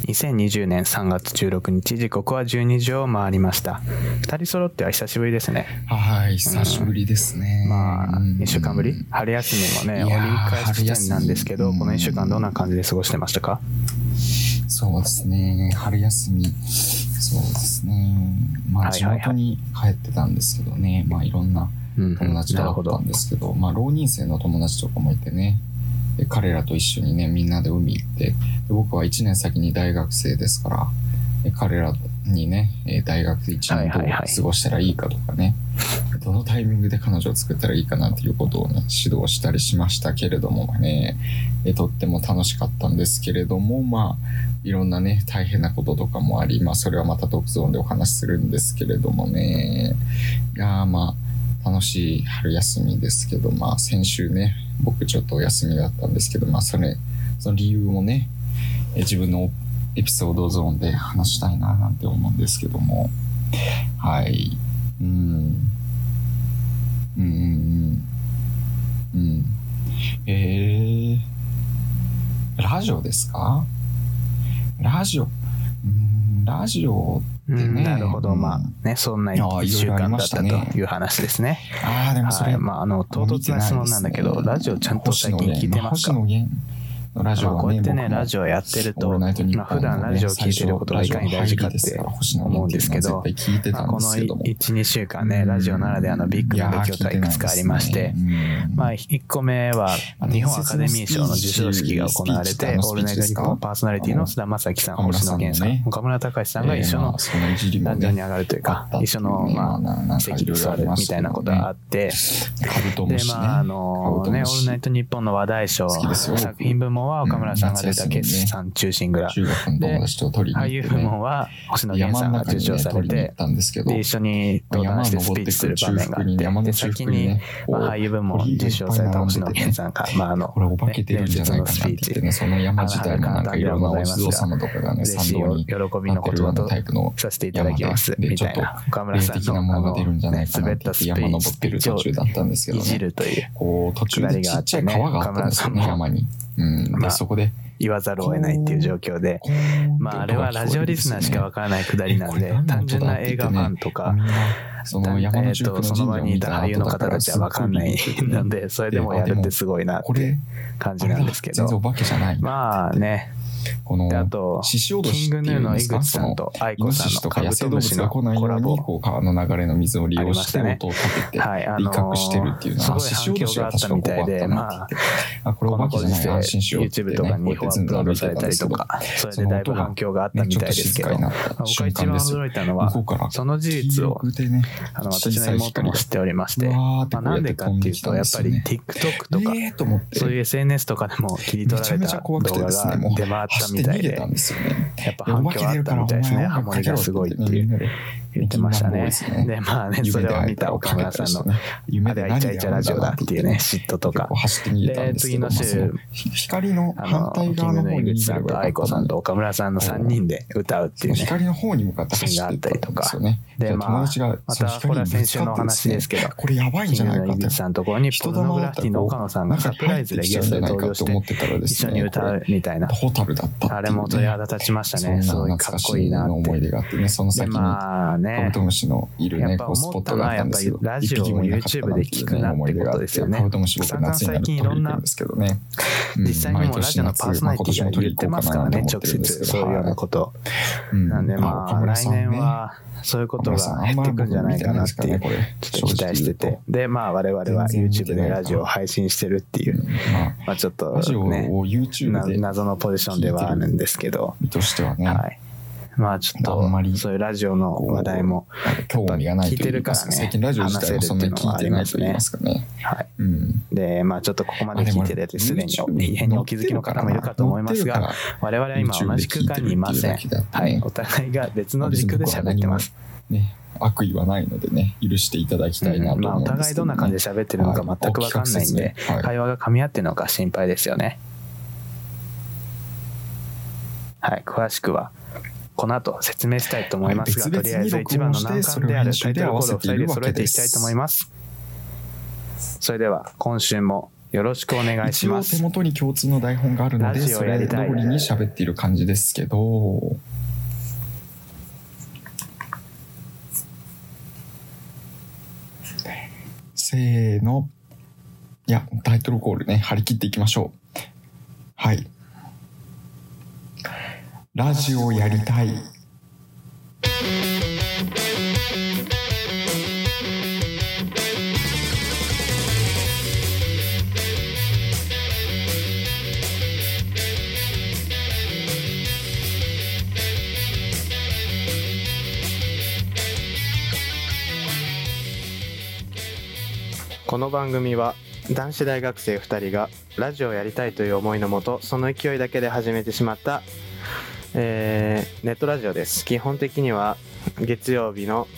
2020年3月16日、時刻は12時を回りました。2人揃っては久しぶりですね。 はい、久しぶりですね。 2週間ぶり、春休みもね、折り返し地点なんですけど、この1週間どんな感じで過ごしてましたか？ そうですね、春休み、そうですね、地元に帰ってたんですけどね、いろんな友達と会ったんですけど、浪人生の友達とかもいてね、彼らと一緒にね、みんなで海行って、僕は1年先に大学生ですから、彼らにね、大学1年どう過ごしたらいいかとかね、どのタイミングで彼女を作ったらいいかなっていうことをね、指導したりしましたけれどもね、とっても楽しかったんですけれども、いろんなね、大変なこととかもあり、それはまたトークゾーンでお話しするんですけれどもね、いや楽しい春休みですけど、先週ね、僕ちょっとお休みだったんですけど、その理由もね、自分のエピソードゾーンで話したいななんて思うんですけども、はい、ラジオですか？ラジオってね、 なるほど、そんな1週間だったという話ですね。 でもそれ、 唐突な質問なんだけど、ラジオちゃんと最近聞いてますか？ラジオはね、こうやってね、ラジオやってると、普段ラジオを聞いてることがいかに大事かって思うんですけど、この 1,2 週間ね、ラジオならではのビッグな出来事がいくつかありまして、1個目は日本アカデミー賞の授賞式が行われて、オールナイトニッポンパーソナリティの菅田将暉さん、星野源さん、岡村隆史さんが一緒のラジオに上がるというか、一緒の席に座るみたいなことがあって、で、オールナイトニッポンの話題賞、作品部門は岡村さんが出た決算中心蔵で、俳優部門は星野源さんが受賞されて、で一緒に登壇してスピーチする場面があって、で先に俳優部門受賞された星野源さんが伝説のスピーチ、簡単ではございますが、嬉しい喜びの言葉とさせていただきますみたいな、岡村さんの滑ったスピーチをいじるというくだりがあってね、岡村さんもそこで言わざるを得ないっていう状況で、あれはラジオリスナーしかわからないくだりなんで、単純な映画ファンとか、その場にいた俳優の方たちはわかんないので、それでもやるってすごいなって感じなんですけど、であとキングヌーの井口さんと愛子さんのカブトムシのコラボ川の流れの水を利用して音を立てて威嚇してるっていうのは、 すごい反響があったみたいで、このご時世 YouTube とかに違法アップロードされたりとか、それでだいぶ反響があったみたいですけど、僕が一番驚いたのはその事実を私の妹も知っておりまして、なんでかっていうと、やっぱり TikTok とかそういう SNS とかでも切り取られた動画が出回ったみたいで、やっぱ反響あったみたいですね。ハモリがすごいっていう言ってましたね。でそれを見た岡村さんのあれはイチャイチャラジオだっていうね、嫉妬とかで、次の週キングヌー井口さんと愛子さんと岡村さんの3人で歌うっていうねシーンがあったりとかで、またこれは先週の話ですけど、キングヌー井口さんのところにポルノグラフィティの岡野さんがサプライズでゲストで登場して一緒に歌うみたいな、あれも鳥肌立ちましたね。すごいかっこいいなって。でやっぱ思ったのは、やっぱりラジオを YouTube で聞くなってことですよね。最近いろんな実際にもラジオのパーソナリティが言ってますからね、直接そういうようなことなんで、来年はそういうことが減ってくんじゃないかなっていうちょっと期待してて、で我々は YouTube でラジオを配信してるっていう、ちょっとね謎のポジションではあるんですけど、ちょっとそういうラジオの話題も聞いてるからね、話せるっていうのはありますね。でちょっとここまで聞いてるやつすでに異変にお気づきの方もいるかと思いますが、我々は今同じ空間にいません。お互いが別の軸で喋ってます。 悪意はないのでね、許していただきたいなと思うんですけど、 お互いどんな感じで喋ってるのか全く分かんないんで、会話が噛み合ってるのか心配ですよね。詳しくはこの後説明したいと思いますが、とりあえず一番の難関であるタイトルコールを2人で揃えていきたいと思います。それでは今週もよろしくお願いします。 一応手元に共通の台本があるので、それ通りに喋っている感じですけど、せーの。いや、タイトルコールね、張り切っていきましょう。はい。ラジオやりたい。 この番組は男子大学生2人がラジオをやりたいという思いのもと、その勢いだけで始めてしまった、ネットラジオです。基本的には月曜日の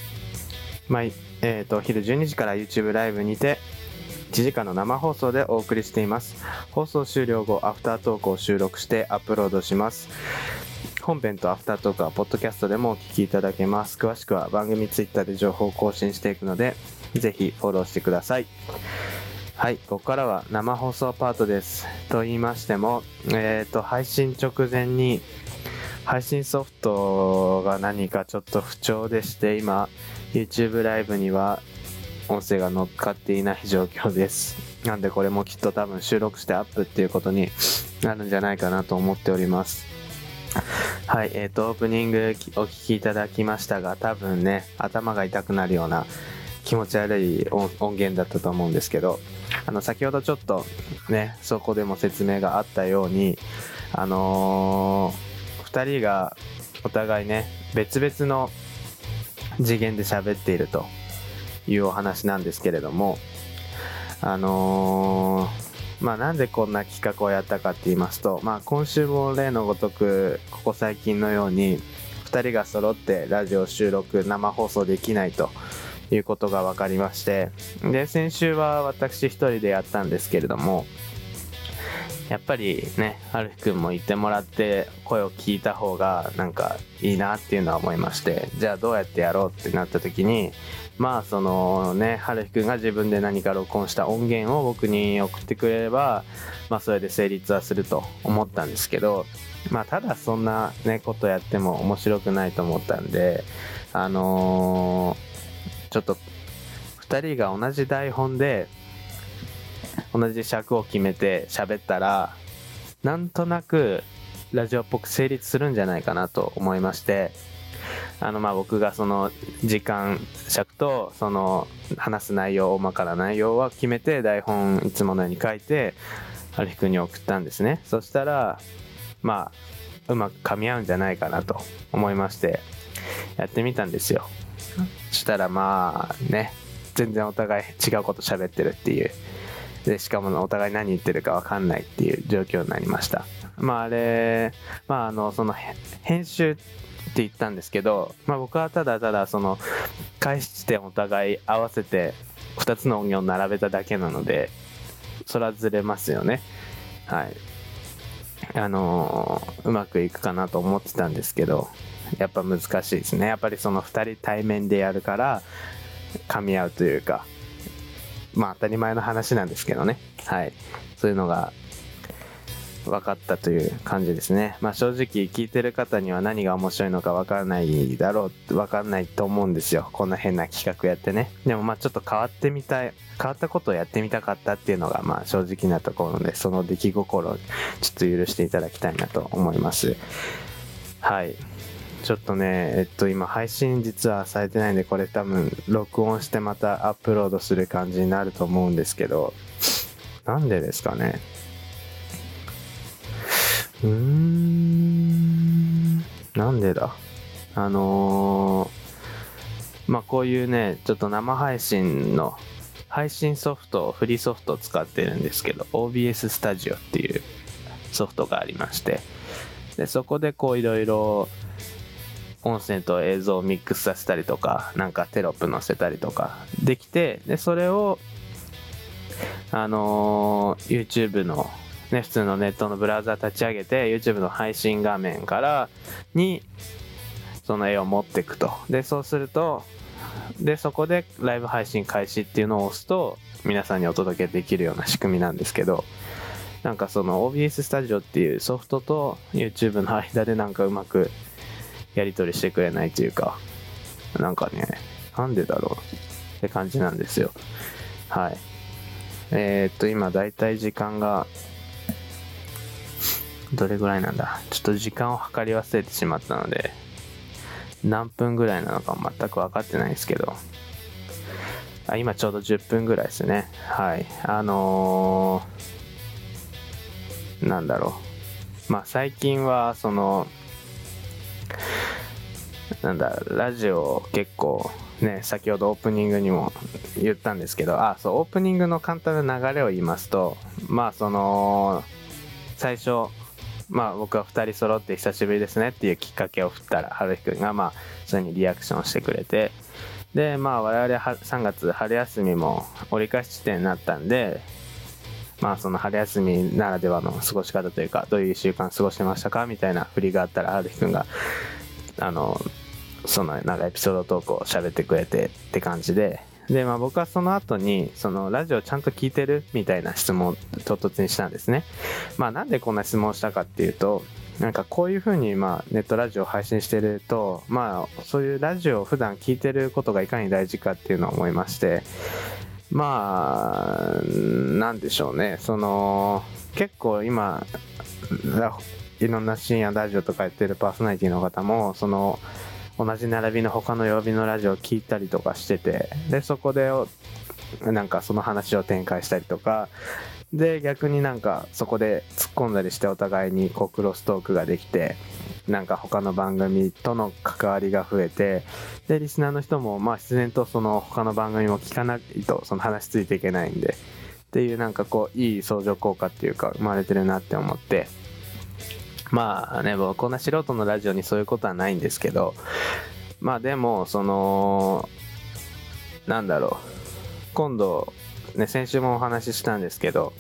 昼12時から YouTube ライブにて1時間の生放送でお送りしています。放送終了後、アフタートークを収録してアップロードします。本編とアフタートークはポッドキャストでもお聞きいただけます。詳しくは番組ツイッターで情報を更新していくので、ぜひフォローしてください。はい、ここからは生放送パートです。と言いましても、配信直前に配信ソフトが何かちょっと不調でして、今 YouTube ライブには音声が乗っかっていない状況です。なんでこれもきっと多分収録してアップっていうことになるんじゃないかなと思っております。はい、オープニングお聞きいただきましたが、多分ね、頭が痛くなるような気持ち悪い音源だったと思うんですけど、先ほどちょっとね、そこでも説明があったように、2人がお互いね、別々の次元で喋っているというお話なんですけれども、なんでこんな企画をやったかって言いますと、今週も例のごとくここ最近のように2人が揃ってラジオ収録生放送できないということが分かりまして、で先週は私一人でやったんですけれども、やっぱりね、はるひくんも言ってもらって声を聞いた方がなんかいいなっていうのは思いまして、じゃあどうやってやろうってなった時に、そのね、はるひくんが自分で何か録音した音源を僕に送ってくれれば、それで成立はすると思ったんですけど、ただそんなねことやっても面白くないと思ったんで、ちょっと2人が同じ台本で同じ尺を決めて喋ったら、なんとなくラジオっぽく成立するんじゃないかなと思いまして、僕がその時間尺とその話す内容、大まかな内容は決めて台本いつものように書いてはるひくんに送ったんですね。そしたらうまく噛み合うんじゃないかなと思いましてやってみたんですよ。そしたら全然お互い違うこと喋ってるっていう、でしかもお互い何言ってるか分かんないっていう状況になりました。その編集って言ったんですけど、僕はただその開始地点お互い合わせて2つの音源を並べただけなので、それはずれますよね。はい、うまくいくかなと思ってたんですけど、やっぱ難しいですね。やっぱりその2人対面でやるから噛み合うというか、当たり前の話なんですけどね。はい、そういうのが分かったという感じですね。正直聞いてる方には何が面白いのか分からないと思うんですよ。こんな変な企画やってね。でもちょっと変わったことをやってみたかったっていうのが正直なところで、その出来心をちょっと許していただきたいなと思います。はい、ちょっとね、今配信実はされてないんで、これ多分録音してまたアップロードする感じになると思うんですけど、なんでですかね。なんでだ。こういうね、ちょっと生配信の配信ソフト、フリーソフトを使ってるんですけど、OBS スタジオっていうソフトがありまして、でそこでいろいろ音声と映像をミックスさせたりとか、なんかテロップ載せたりとかできて、でそれをYouTube のね、普通のネットのブラウザ立ち上げて YouTube の配信画面からにその絵を持っていくと。でそうするとでそこでライブ配信開始っていうのを押すと皆さんにお届けできるような仕組みなんですけど、なんかその OBS スタジオっていうソフトと YouTube の間でなんかうまくやり取りしてくれないというか、なんかね、なんでだろうって感じなんですよ。はい。今だいたい時間がどれぐらいなんだ、ちょっと時間を計り忘れてしまったので何分ぐらいなのか全く分かってないですけど、今ちょうど10分ぐらいですね。はい。なんだろう、まあ最近はそのラジオ結構ね、先ほどオープニングにも言ったんですけど、そうオープニングの簡単な流れを言いますと、まあその最初、まあ僕は2人揃って久しぶりですねっていうきっかけを振ったら、春日くんがまあそれにリアクションしてくれて、でまあ我々3月春休みも折り返し地点になったんで、まあその春休みならではの過ごし方というか、どういう1週間過ごしてましたかみたいな振りがあったら、春日くんがそのなんかエピソードトークを喋ってくれてって感じで、まあ僕はその後にそのラジオちゃんと聞いてるみたいな質問を唐突にしたんですね。まあなんでこんな質問をしたかっていうと、なんかこういう風にまあネットラジオを配信してると、まあそういうラジオを普段聞いてることがいかに大事かっていうのを思いまして、まあなんでしょうね、その結構今いろんな深夜ラジオとかやってるパーソナリティの方もその同じ並びの他の曜日のラジオを聞いたりとかしてて、でそこでなんかその話を展開したりとかで、逆になんかそこで突っ込んだりしてお互いにこうクロストークができて、なんか他の番組との関わりが増えて、でリスナーの人もまあ自然とその他の番組も聞かないとその話ついていけないんでっていう、なんかこういい相乗効果っていうか生まれてるなって思って、まあね、僕こんな素人のラジオにそういうことはないんですけど、まあでもそのなんだろう、今度ね、先週もお話ししたんですけど、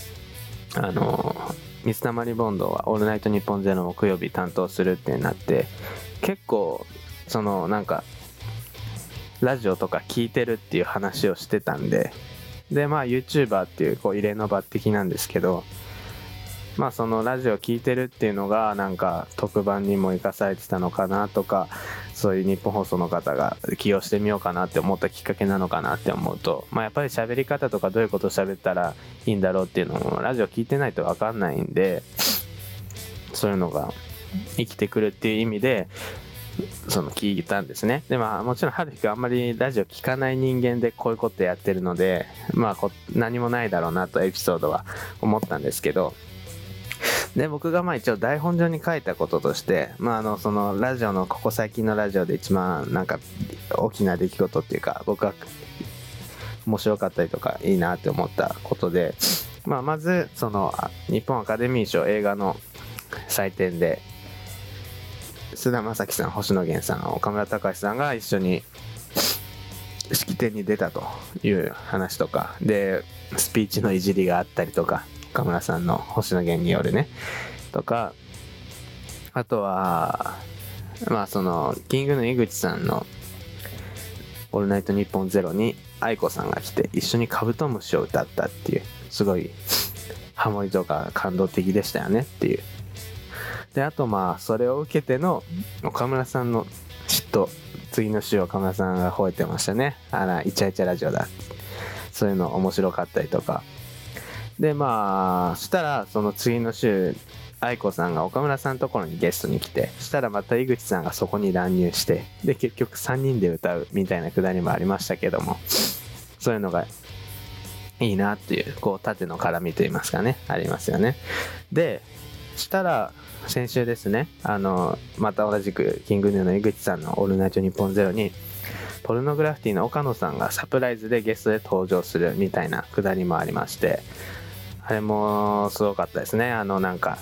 水溜りボンドはオールナイトニッポンゼロ木曜日担当するってなって、結構そのなんかラジオとか聞いてるっていう話をしてたんで、まあ YouTuber っていうこう異例の抜擢なんですけど、まあそのラジオ聞いてるっていうのがなんか特番にも生かされてたのかなとか、そういう日本放送の方が起用してみようかなって思ったきっかけなのかなって思うと、まあやっぱり喋り方とかどういうことを喋ったらいいんだろうっていうのもラジオ聞いてないと分かんないんで、そういうのが生きてくるっていう意味でその聞いたんですね。でまあもちろん春日くんあんまりラジオ聞かない人間でこういうことやってるので、まあ何もないだろうなとエピソードは思ったんですけど、で僕がまあ一応台本上に書いたこととして、まあそのラジオのここ最近のラジオで一番なんか大きな出来事っていうか、僕は面白かったりとかいいなって思ったことで、まあまずその日本アカデミー賞映画の祭典で菅田将暉さん、星野源さん、岡村隆史さんが一緒に式典に出たという話とかで、スピーチのいじりがあったりとか、岡村さんの星野源によるねとか、あとはまあそのキングの井口さんのオールナイトニッポンゼロに愛子さんが来て一緒にカブトムシを歌ったっていう、すごいハモリとか感動的でしたよねっていう。であとまあそれを受けての岡村さんの嫉妬、次の週岡村さんが吠えてましたね。イチャイチャラジオだって、そういうの面白かったりとかで、まあそしたらその次の週愛子さんが岡村さんのところにゲストに来て、そしたらまた井口さんがそこに乱入して、で結局3人で歌うみたいなくだりもありましたけども、そういうのがいいなっていう、こう縦の絡みといいますかね、ありますよね。でしたら先週ですね、また同じくキングヌーの井口さんのオールナイトニッポンゼロにポルノグラフィティの岡野さんがサプライズでゲストで登場するみたいなくだりもありまして、あれもすごかったですね。なんか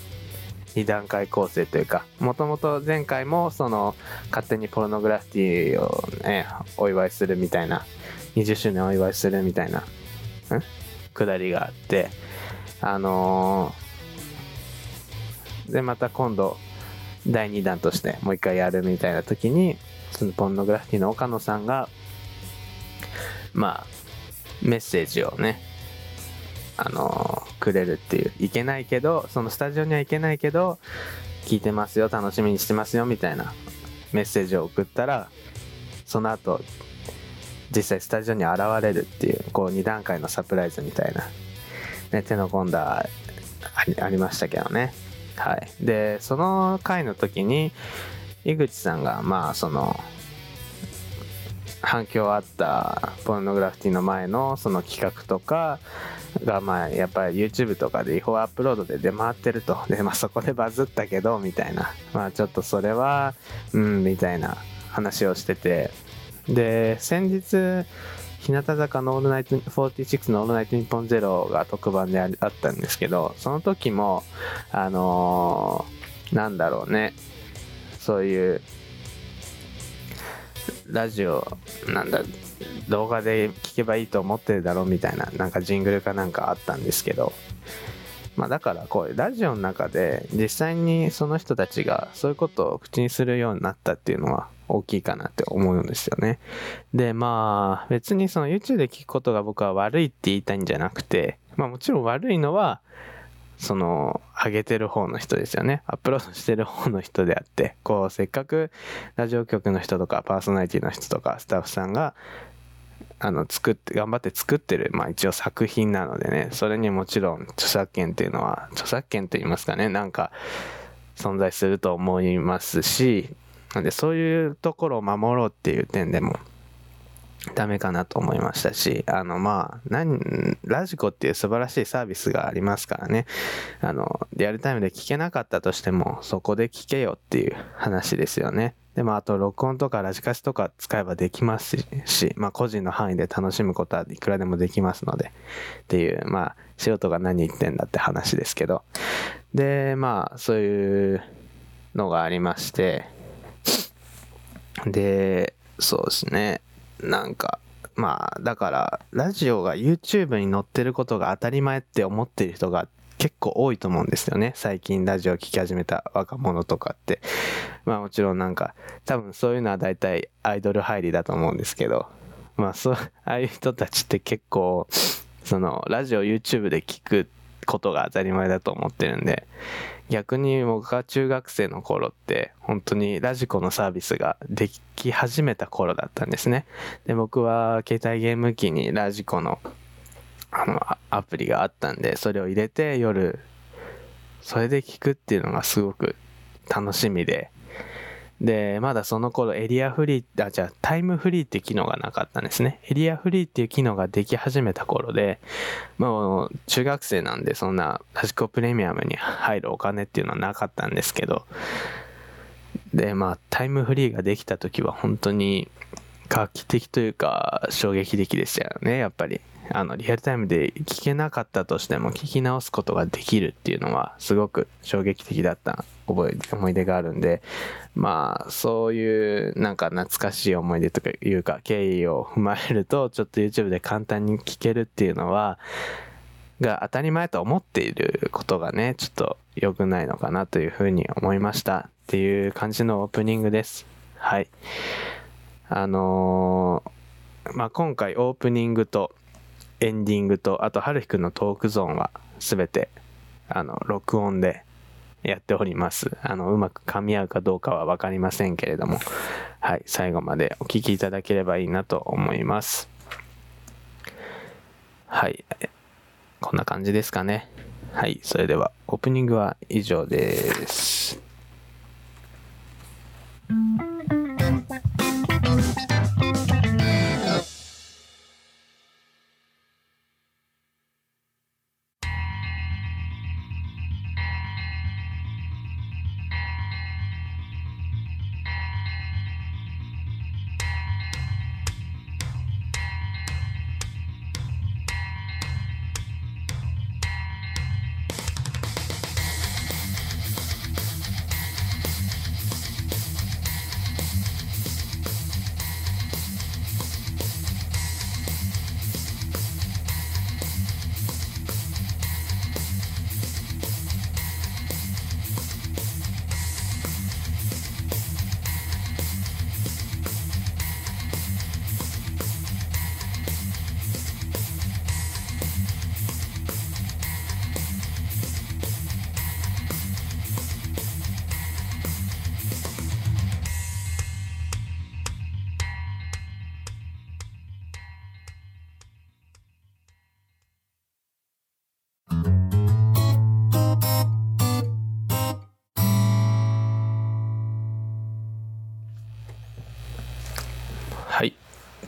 2段階構成というか、もともと前回もその勝手にポルノグラフィティをねお祝いするみたいな、20周年お祝いするみたいなくだりがあって、でまた今度第2弾としてもう一回やるみたいな時に、そのポルノグラフィティの岡野さんがまあメッセージをねくれるっていう、いけないけどそのスタジオには行けないけど聞いてますよ、楽しみにしてますよみたいなメッセージを送ったら、その後実際スタジオに現れるっていう、こう2段階のサプライズみたいな、ね、手の込んだありましたけどね。はい。でその回の時に井口さんがまあその反響あったポルノグラフィティの前のその企画とかがまあやっぱり YouTube とかで違法アップロードで出回ってると。でまあそこでバズったけどみたいな、まあちょっとそれはみたいな話をしてて、で先日日向坂のオールナイト46のオールナイトニッポンゼロが特番であったんですけど、その時もなんだろうね、そういうラジオなんだ動画で聞けばいいと思ってるだろうみたいな、なんかジングルかなんかあったんですけど、まあだからこうラジオの中で実際にその人たちがそういうことを口にするようになったっていうのは大きいかなって思うんですよね。でまあ別にその YouTube で聞くことが僕は悪いって言いたいんじゃなくて、まあもちろん悪いのはその上げてる方の人ですよね。アップロードしてる方の人であって、こうせっかくラジオ局の人とかパーソナリティの人とかスタッフさんが頑張って作ってる、まあ一応作品なのでね、それにもちろん著作権っていうのは、著作権といいますかね、なんか存在すると思いますし、なんでそういうところを守ろうっていう点でもダメかなと思いましたし、まあラジコっていう素晴らしいサービスがありますからね、リアルタイムで聞けなかったとしてもそこで聞けよっていう話ですよね。でもあと録音とかラジカセとか使えばできますし、まあ個人の範囲で楽しむことはいくらでもできますのでっていう、まあ素人が何言ってんだって話ですけど、でまあそういうのがありまして、でそうですね、なんかまあだからラジオが YouTube に載ってることが当たり前って思ってる人が結構多いと思うんですよね。最近ラジオ聴き始めた若者とかって、まあもちろんなんか多分そういうのは大体アイドル入りだと思うんですけど、まあああいう人たちって結構そのラジオ YouTube で聞くことが当たり前だと思ってるんで、逆に僕が中学生の頃って本当にラジコのサービスができ始めた頃だったんですね。で僕は携帯ゲーム機にラジコのアプリがあったんで、それを入れて夜それで聞くっていうのがすごく楽しみで、でまだその頃エリアフリータイムフリーっていう機能がなかったんですね。エリアフリーっていう機能ができ始めた頃で、もう中学生なんでそんなラジコプレミアムに入るお金っていうのはなかったんですけど、でまあタイムフリーができた時は本当に画期的というか衝撃的でしたよね。やっぱりリアルタイムで聞けなかったとしても聞き直すことができるっていうのはすごく衝撃的だった思い出があるんで、まあそういうなんか懐かしい思い出とかいうか経緯を踏まえると、ちょっと YouTube で簡単に聞けるっていうのはが当たり前と思っていることがね、ちょっと良くないのかなというふうに思いましたっていう感じのオープニングです。はい。まあ今回オープニングとエンディングとあと春日くんのトークゾーンはすべて録音でやっております。うまく噛み合うかどうかは分かりませんけれども、はい、最後までお聞きいただければいいなと思います。はい、こんな感じですかね。はい、それではオープニングは以上です。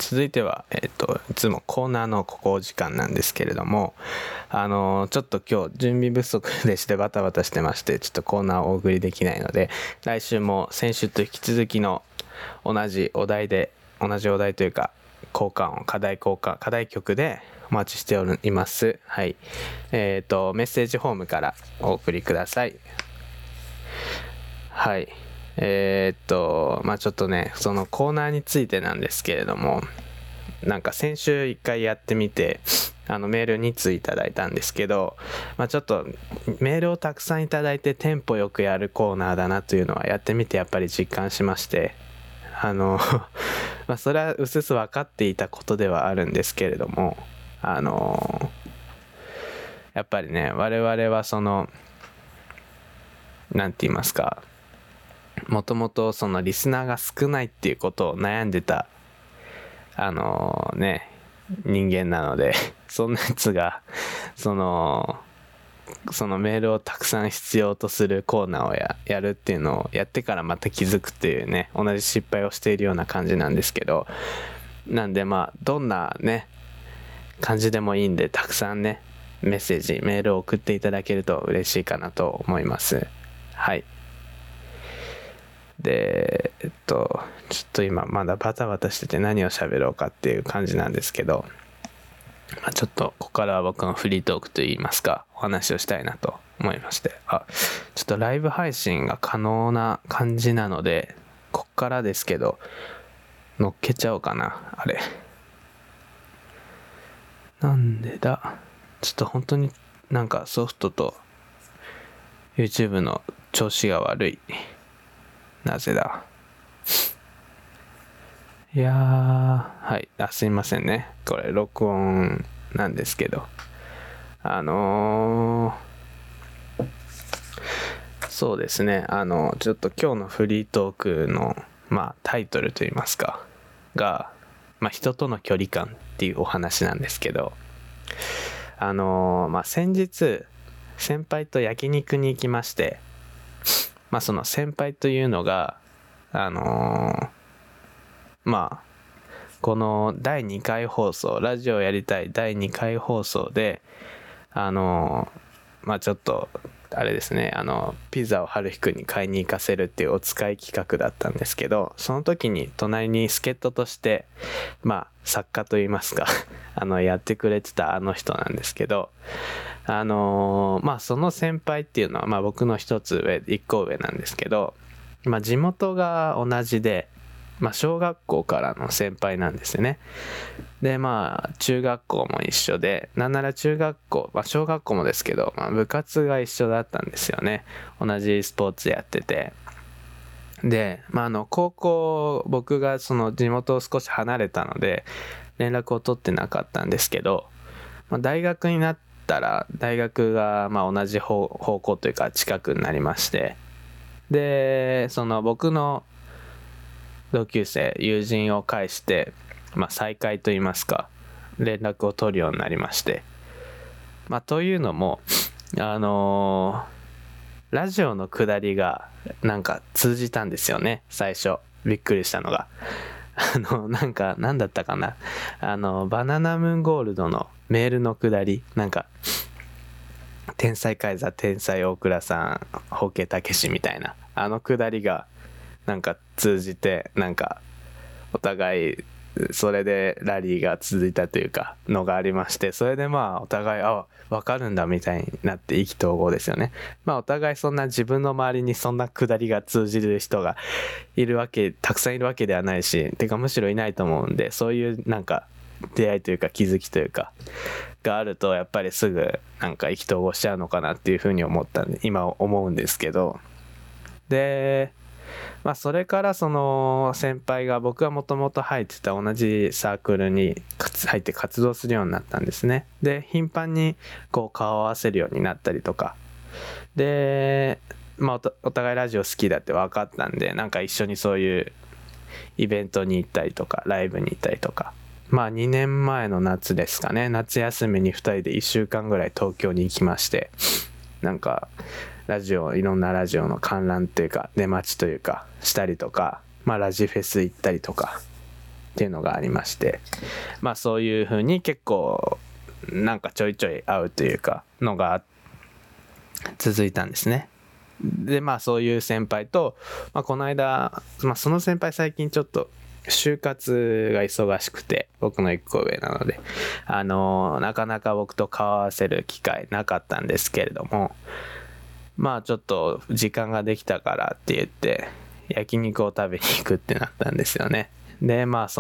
続いては、いつもコーナーのここお時間なんですけれども、ちょっと今日準備不足でしてバタバタしてまして、ちょっとコーナーをお送りできないので、来週も先週と引き続きの同じお題というか、課題曲でお待ちしています。はい。メッセージフォームからお送りください。はい。ちょっとね、そのコーナーについてなんですけれども、なんか先週1回やってみて、メール2通いただいたんですけど、ちょっとメールをたくさんいただいてテンポよくやるコーナーだなというのはやってみてやっぱり実感しまして、それはうすうす分かっていたことではあるんですけれども、やっぱりね、我々はなんて言いますか、もともとそのリスナーが少ないっていうことを悩んでた人間なので、そんなやつがそのメールをたくさん必要とするコーナーをやるっていうのをやってからまた気づくっていうね、同じ失敗をしているような感じなんですけど、なんでどんなね感じでもいいんで、たくさんねメールを送っていただけると嬉しいかなと思います。はい。でちょっと今まだバタバタしてて何を喋ろうかっていう感じなんですけど、ちょっとここからは僕のフリートークといいますか、お話をしたいなと思いまして、ちょっとライブ配信が可能な感じなので、こっからですけど乗っけちゃおうかな。あれなんでだ、ちょっと本当になんかソフトと YouTube の調子が悪い。なぜだ。いやー、はい、すいませんね、これ録音なんですけど、そうですね、ちょっと今日のフリートークのタイトルといいますかが、人との距離感っていうお話なんですけど、先日先輩と焼肉に行きまして、その先輩というのがこの第2回放送、ラジオやりたい第2回放送でちょっとあれですね、ピザを春日くんに買いに行かせるっていうお使い企画だったんですけど、その時に隣に助っ人として作家といいますかやってくれてた人なんですけど、その先輩っていうのは僕の1個上なんですけど、地元が同じで、小学校からの先輩なんですよね。で中学校も一緒で、なんなら中学校、小学校もですけど、部活が一緒だったんですよね。同じスポーツやってて、で高校、僕がその地元を少し離れたので連絡を取ってなかったんですけど、大学になったら大学が同じ方向というか近くになりまして、でその僕の同級生友人を介して再会といいますか連絡を取るようになりまして、というのもラジオの下りがなんか通じたんですよね。最初びっくりしたのがなんだったかな、バナナムーンゴールドのメールの下り、天才カイザー、天才大倉さん、ホケタケシみたいな下りが通じて、お互いそれでラリーが続いたというかのがありまして、それでお互い分かるんだみたいになって意気投合ですよね。お互いそんな自分の周りにそんな下りが通じる人がたくさんいるわけではないし、てかむしろいないと思うんで、そういう出会いというか気づきというかがあるとやっぱりすぐ意気投合しちゃうのかなっていうふうに思ったんで、今思うんですけど、でそれからその先輩が、僕がもともと入ってた同じサークルに入って活動するようになったんですね。で頻繁に顔を合わせるようになったりとかで、お互いラジオ好きだって分かったんで、一緒にそういうイベントに行ったりとかライブに行ったりとか、2年前の夏ですかね、夏休みに2人で1週間ぐらい東京に行きまして、いろんなラジオの観覧というか出待ちというかしたりとか、ラジフェス行ったりとかっていうのがありまして、まあそういう風に結構なんかちょいちょい会うというかのが続いたんですね。でまあそういう先輩と、まあ、この間、まあ、その先輩最近ちょっと就活が忙しくて、僕の1個上なのでなかなか僕と顔合わせる機会なかったんですけれども、まあちょっと時間ができたからって言って焼肉を食べに行くってなったんですよね。でまあ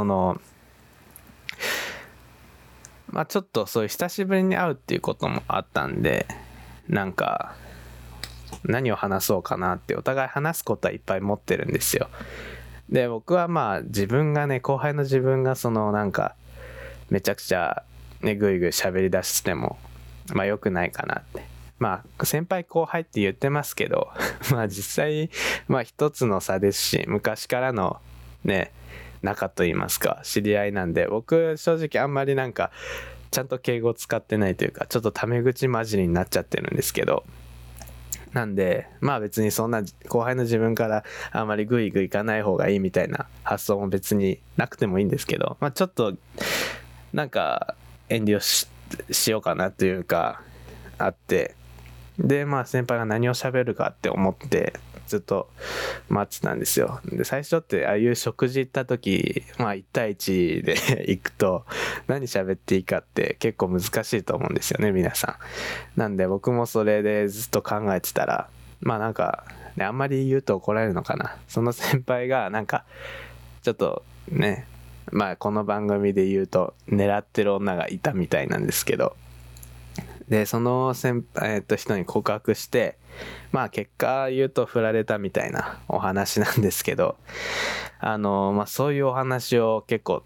まあちょっとそういう久しぶりに会うっていうこともあったんで、なんか何を話そうかなってお互い話すことはいっぱい持ってるんですよ。で僕はまあ自分がね、後輩の自分がなんかめちゃくちゃねぐいぐい喋り出してもまあ良くないかなって、まあ先輩後輩って言ってますけどまあ実際まあ一つの差ですし、昔からのね仲と言いますか知り合いなんで、僕正直あんまりなんかちゃんと敬語使ってないというか、ちょっとタメ口混じりになっちゃってるんですけど、なんでまあ別にそんな後輩の自分からあんまりグイグイいかない方がいいみたいな発想も別になくてもいいんですけど、まあちょっとなんか遠慮 しようかなというかあって、でまあ先輩が何を喋るかって思ってずっと待ってたんですよ。で最初ってああいう食事行った時、まあ1対1で行くと何喋っていいかって結構難しいと思うんですよね、皆さん。なんで僕もそれでずっと考えてたら、まあなんか、ね、あんまり言うと怒られるのかな、その先輩がなんかちょっとね、まあこの番組で言うと狙ってる女がいたみたいなんですけど、でその人に告白して、まあ結果言うと振られたみたいなお話なんですけど、まあそういうお話を結構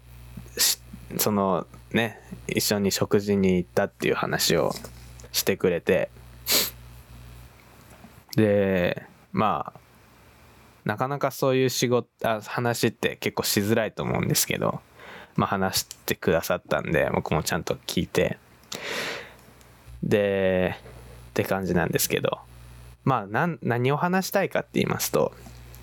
ね一緒に食事に行ったっていう話をしてくれて、でまあなかなかそういう話って結構しづらいと思うんですけど、まあ話してくださったんで僕もちゃんと聞いて、でって感じなんですけど、まあ何を話したいかって言いますと、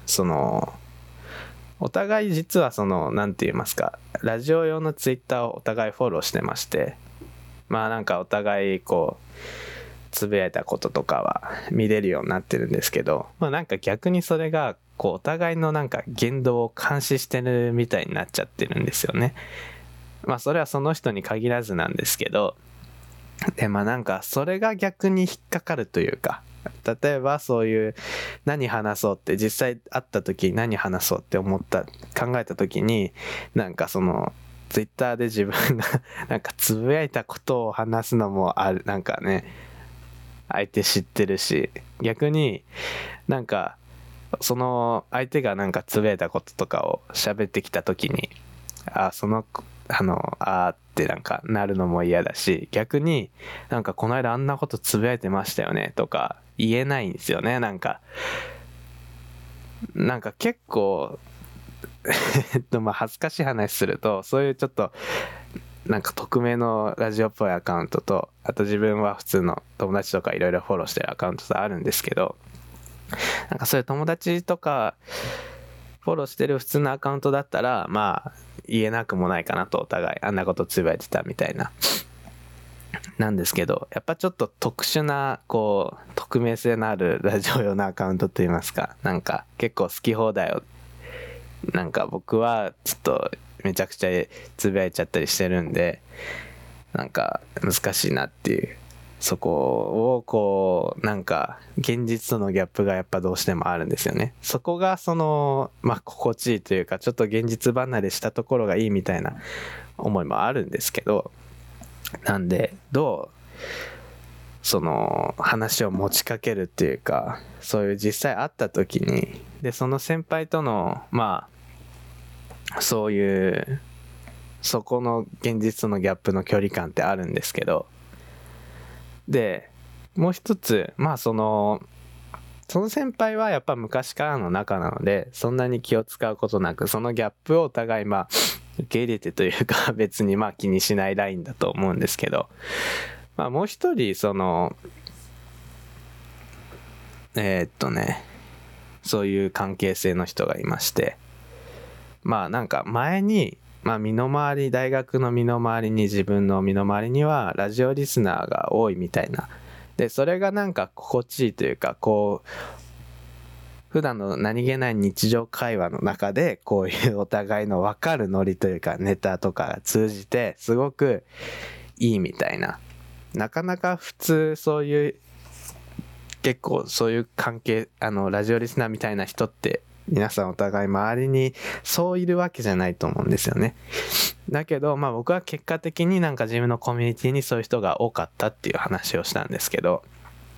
お互い実はなんて言いますか、ラジオ用のツイッターをお互いフォローしてまして、まあなんかお互いこうつぶやいたこととかは見れるようになってるんですけど、まあなんか逆にそれがこうお互いのなんか言動を監視してるみたいになっちゃってるんですよね。まあそれはその人に限らずなんですけど、でまあなんかそれが逆に引っかかるというか、例えばそういう何話そうって実際会った時何話そうって考えた時に、なんかツイッターで自分がなんかつぶやいたことを話すのもなんかね相手知ってるし、逆になんかその相手がなんかつぶやいたこととかを喋ってきた時にってなんかなるのも嫌だし、逆になんかこの間あんなことつぶやいてましたよねとか言えないんですよね。なんか結構まあ恥ずかしい話すると、そういうちょっとなんか匿名のラジオっぽいアカウントと、あと自分は普通の友達とかいろいろフォローしてるアカウントとあるんですけど、なんかそういう友達とかフォローしてる普通のアカウントだったらまあ言えなくもないかなと、お互いあんなことつぶやいてたみたいななんですけど、やっぱちょっと特殊なこう匿名性のあるラジオ用のアカウントといいますか、なんか結構好き放題をなんか僕はちょっとめちゃくちゃつぶやいちゃったりしてるんで、なんか難しいなっていう、そこをこうなんか現実とのギャップがやっぱどうしてもあるんですよね。そこがまあ心地いいというか、ちょっと現実離れしたところがいいみたいな思いもあるんですけど、なんで話を持ちかけるっていうか、そういう実際会った時に、でその先輩とのまあそういうそこの現実とのギャップの距離感ってあるんですけど、でもう一つまあその先輩はやっぱ昔からの仲なので、そんなに気を使うことなくそのギャップをお互いまあ受け入れてというか別にまあ気にしないラインだと思うんですけど、まあもう一人そういう関係性の人がいまして、まあなんか前にまあ身の回り、大学の身の回りに、自分の身の回りにはラジオリスナーが多いみたいな。でそれがなんか心地いいというか、こう普段の何気ない日常会話の中でこういうお互いの分かるノリというかネタとかが通じてすごくいいみたいな。なかなか普通そういう結構そういう関係ラジオリスナーみたいな人って皆さんお互い周りにそういるわけじゃないと思うんですよね。だけどまあ僕は結果的になんか自分のコミュニティにそういう人が多かったっていう話をしたんですけど、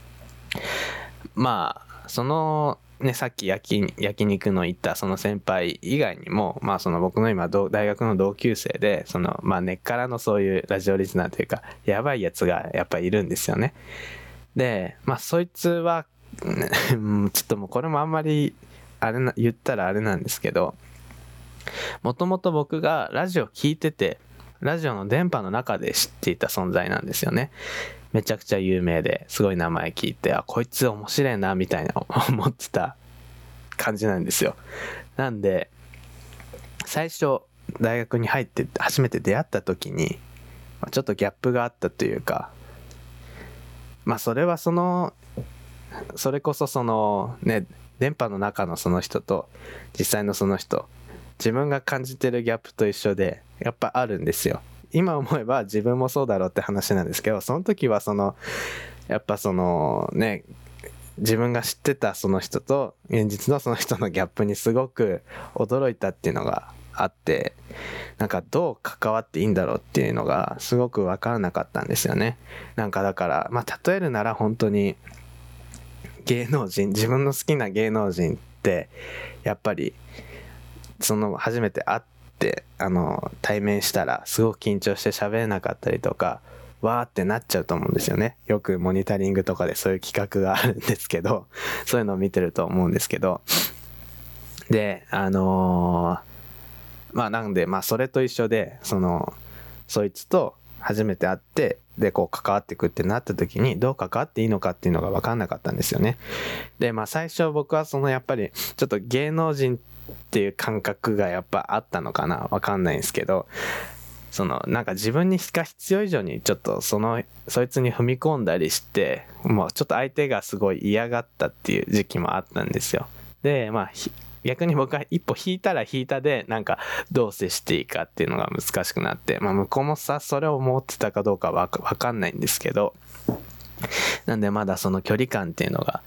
まあそのね、さっき焼肉の行ったその先輩以外にも、まあその僕の今大学の同級生で、そのまあ根っからのそういうラジオリスナーというかやばいやつがやっぱりいるんですよね。でまあそいつはちょっともうこれもあんまり言ったらあれなんですけど、もともと僕がラジオ聞いてて、ラジオの電波の中で知っていた存在なんですよね。めちゃくちゃ有名ですごい名前聞いて、あこいつ面白いなみたいな思ってた感じなんですよ。なんで最初大学に入って初めて出会った時にちょっとギャップがあったというか、まあそれはそれこそそのね、電波の中のその人と実際のその人、自分が感じてるギャップと一緒でやっぱあるんですよ。今思えば自分もそうだろうって話なんですけど、その時はやっぱね、自分が知ってたその人と現実のその人のギャップにすごく驚いたっていうのがあって、なんかどう関わっていいんだろうっていうのがすごく分からなかったんですよね。なんかだからまあ例えるなら本当に芸能人、自分の好きな芸能人ってやっぱり初めて会って対面したらすごく緊張して喋れなかったりとかわーってなっちゃうと思うんですよね。よくモニタリングとかでそういう企画があるんですけど、そういうのを見てると思うんですけど、でまあなんでまあそれと一緒でそいつと初めて会ってでこう関わっていくってなった時にどう関わっていいのかっていうのが分かんなかったんですよね。でまあ最初僕はやっぱりちょっと芸能人っていう感覚がやっぱあったのかな、分かんないんですけど、なんか自分にが必要以上にちょっとそいつに踏み込んだりして、もうちょっと相手がすごい嫌がったっていう時期もあったんですよ。でまあ逆に僕は一歩引いたら引いたでなんかどう接していいかっていうのが難しくなって、まあ向こうもそれを思ってたかどうかは分かんないんですけど、なんでまだその距離感っていうのが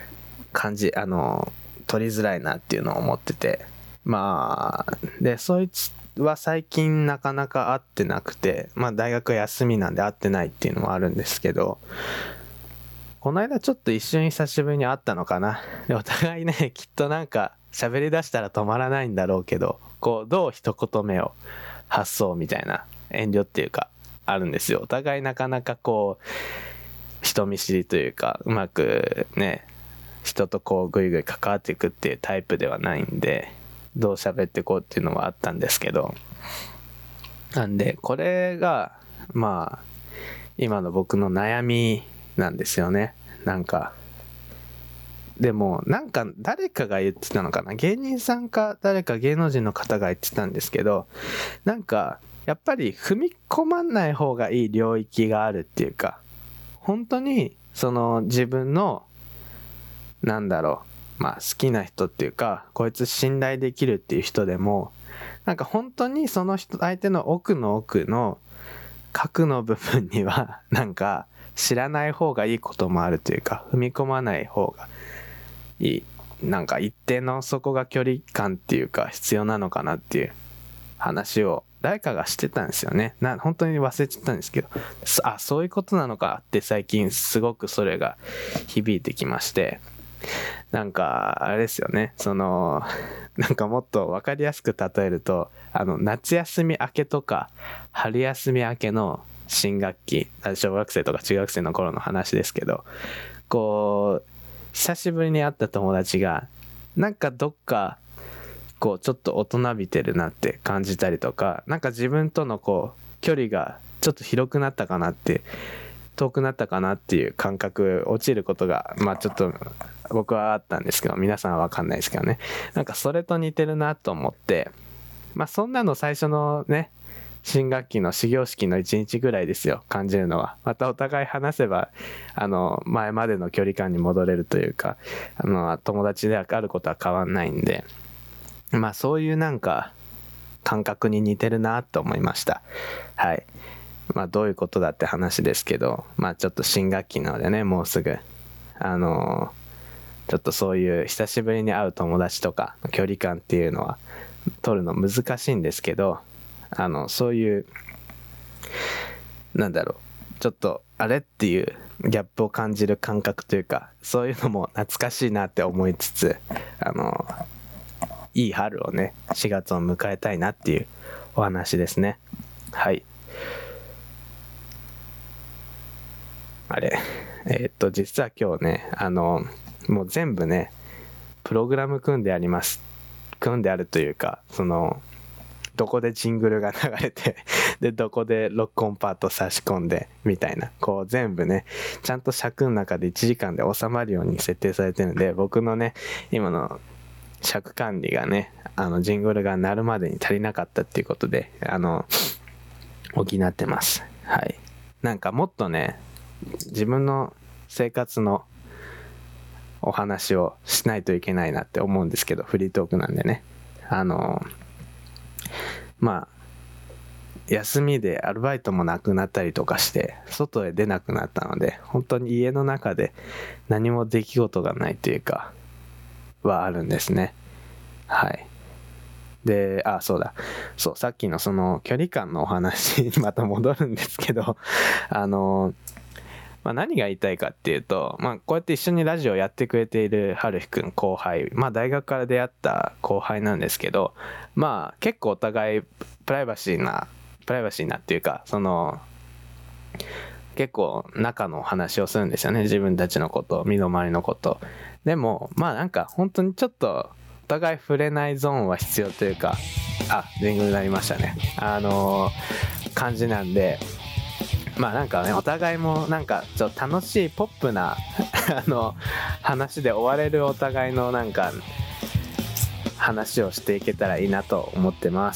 取りづらいなっていうのを思ってて、まあでそいつは最近なかなか会ってなくて、まあ大学は休みなんで会ってないっていうのもあるんですけど、この間ちょっと一瞬久しぶりに会ったのかな。でお互いねきっとなんか喋り出したら止まらないんだろうけど、こうどう一言目を発そうみたいな遠慮っていうかあるんですよ。お互いなかなかこう人見知りというかうまくね人とこうグイグイ関わっていくっていうタイプではないんで、どう喋っていこうっていうのはあったんですけど、なんでこれがまあ今の僕の悩みなんですよね。なんかでもなんか誰かが言ってたのかな、芸人さんか誰か芸能人の方が言ってたんですけど、なんかやっぱり踏み込まない方がいい領域があるっていうか、本当に自分のなんだろう、まあ好きな人っていうかこいつ信頼できるっていう人でもなんか本当にその人相手の奥の奥の核の部分にはなんか知らない方がいいこともあるというか、踏み込まない方がいい、なんか一定のそこが距離感っていうか必要なのかなっていう話を誰かがしてたんですよね。本当に忘れちゃったんですけど、そういうことなのかって最近すごくそれが響いてきまして、なんかあれですよね、なんかもっと分かりやすく例えると夏休み明けとか春休み明けの新学期、小学生とか中学生の頃の話ですけど、こう久しぶりに会った友達がなんかどっかこうちょっと大人びてるなって感じたりとか、なんか自分とのこう距離がちょっと広くなったかなって、遠くなったかなっていう感覚落ちることがまあちょっと僕はあったんですけど、皆さんは分かんないですけどね、なんかそれと似てるなと思って、 まあそんなの最初のね、新学期の始業式の1日ぐらいですよ、感じるのは。またお互い話せば、前までの距離感に戻れるというか、友達であることは変わんないんで、まあそういうなんか、感覚に似てるなと思いました。はい。まあどういうことだって話ですけど、まあちょっと新学期なのでね、もうすぐ、ちょっとそういう久しぶりに会う友達とか距離感っていうのは取るの難しいんですけど、そういうなんだろう、ちょっとあれっていうギャップを感じる感覚というか、そういうのも懐かしいなって思いつつ、いい春をね、4月を迎えたいなっていうお話ですね。はい。あれ、実は今日ね、もう全部ね、プログラム組んであります。組んであるというか、どこでジングルが流れてでどこで録音パート差し込んでみたいな、こう全部ねちゃんと尺の中で1時間で収まるように設定されてるんで、僕のね今の尺管理がねジングルが鳴るまでに足りなかったっていうことで補ってます。はい。なんかもっとね自分の生活のお話をしないといけないなって思うんですけど、フリートークなんでね、まあ休みでアルバイトもなくなったりとかして外へ出なくなったので、本当に家の中で何も出来事がないというかはあるんですね。はい。で、そうさっきのその距離感のお話にまた戻るんですけど、何が言いたいかっていうと、こうやって一緒にラジオやってくれているはるひくん後輩、大学から出会った後輩なんですけど、結構お互いプライバシーなっていうか、結構中の話をするんですよね。自分たちのこと、身の回りのこと。でもなんか本当にちょっとお互い触れないゾーンは必要というか、ジングルになりましたね。感じなんで、なんかね、お互いもなんかちょっと楽しいポップな話で終われるお互いのなんか話をしていけたらいいなと思ってます。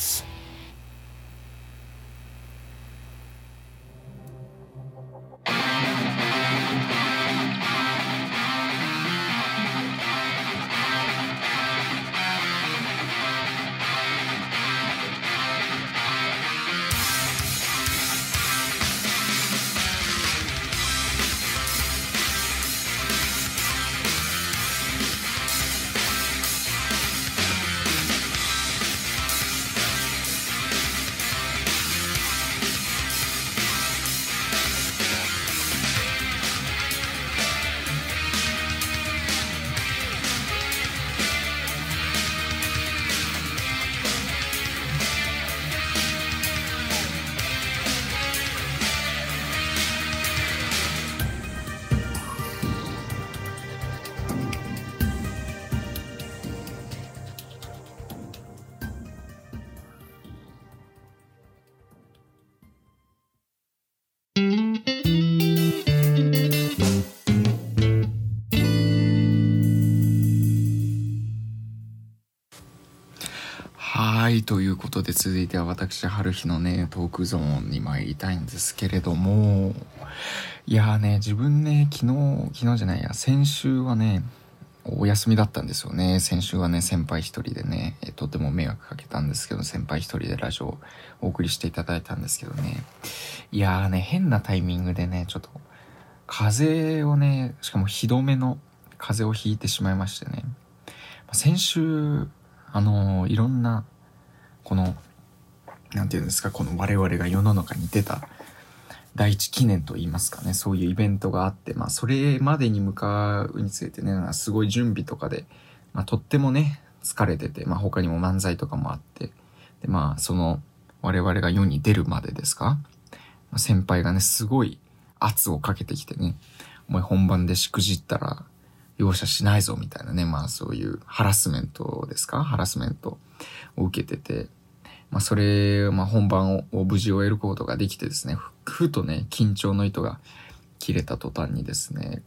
はい、ということで続いては私春日のねトークゾーンに参りたいんですけれども、いやね、自分ね昨日じゃないや先週はねお休みだったんですよね。先週はね先輩一人でねとても迷惑かけたんですけど、先輩一人でラジオをお送りしていただいたんですけどね、いやね変なタイミングでねちょっと風邪をね、しかもひどめの風邪をひいてしまいましてね、先週いろんなこのなんていうんですか、この我々が世の中に出た第一記念といいますかね、そういうイベントがあって、それまでに向かうにつれてね、すごい準備とかで、とってもね疲れてて、他にも漫才とかもあって、でその我々が世に出るまでですか、先輩がねすごい圧をかけてきてね、お前本番でしくじったら容赦しないぞみたいなね、そういうハラスメントを受けてて、それ、本番を無事終えることができてですね、ふとね緊張の糸が切れた途端にですね、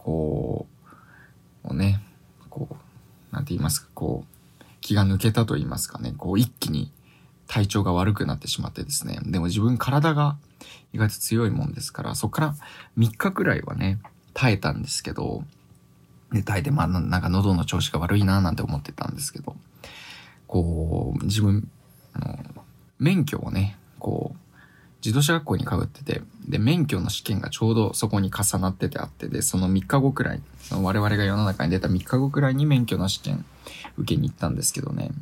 なんて言いますか、気が抜けたと言いますかね、一気に体調が悪くなってしまってですね。でも自分体が意外と強いもんですから、そこから3日くらいはね、耐えたんですけど、で、耐えて、なんか喉の調子が悪いななんて思ってたんですけど、こう、自分、免許をね、こう、自動車学校に通ってて、で、免許の試験がちょうどそこに重なっててあって、で、その3日後くらい、我々が世の中に出た3日後くらいに免許の試験受けに行ったんですけどね、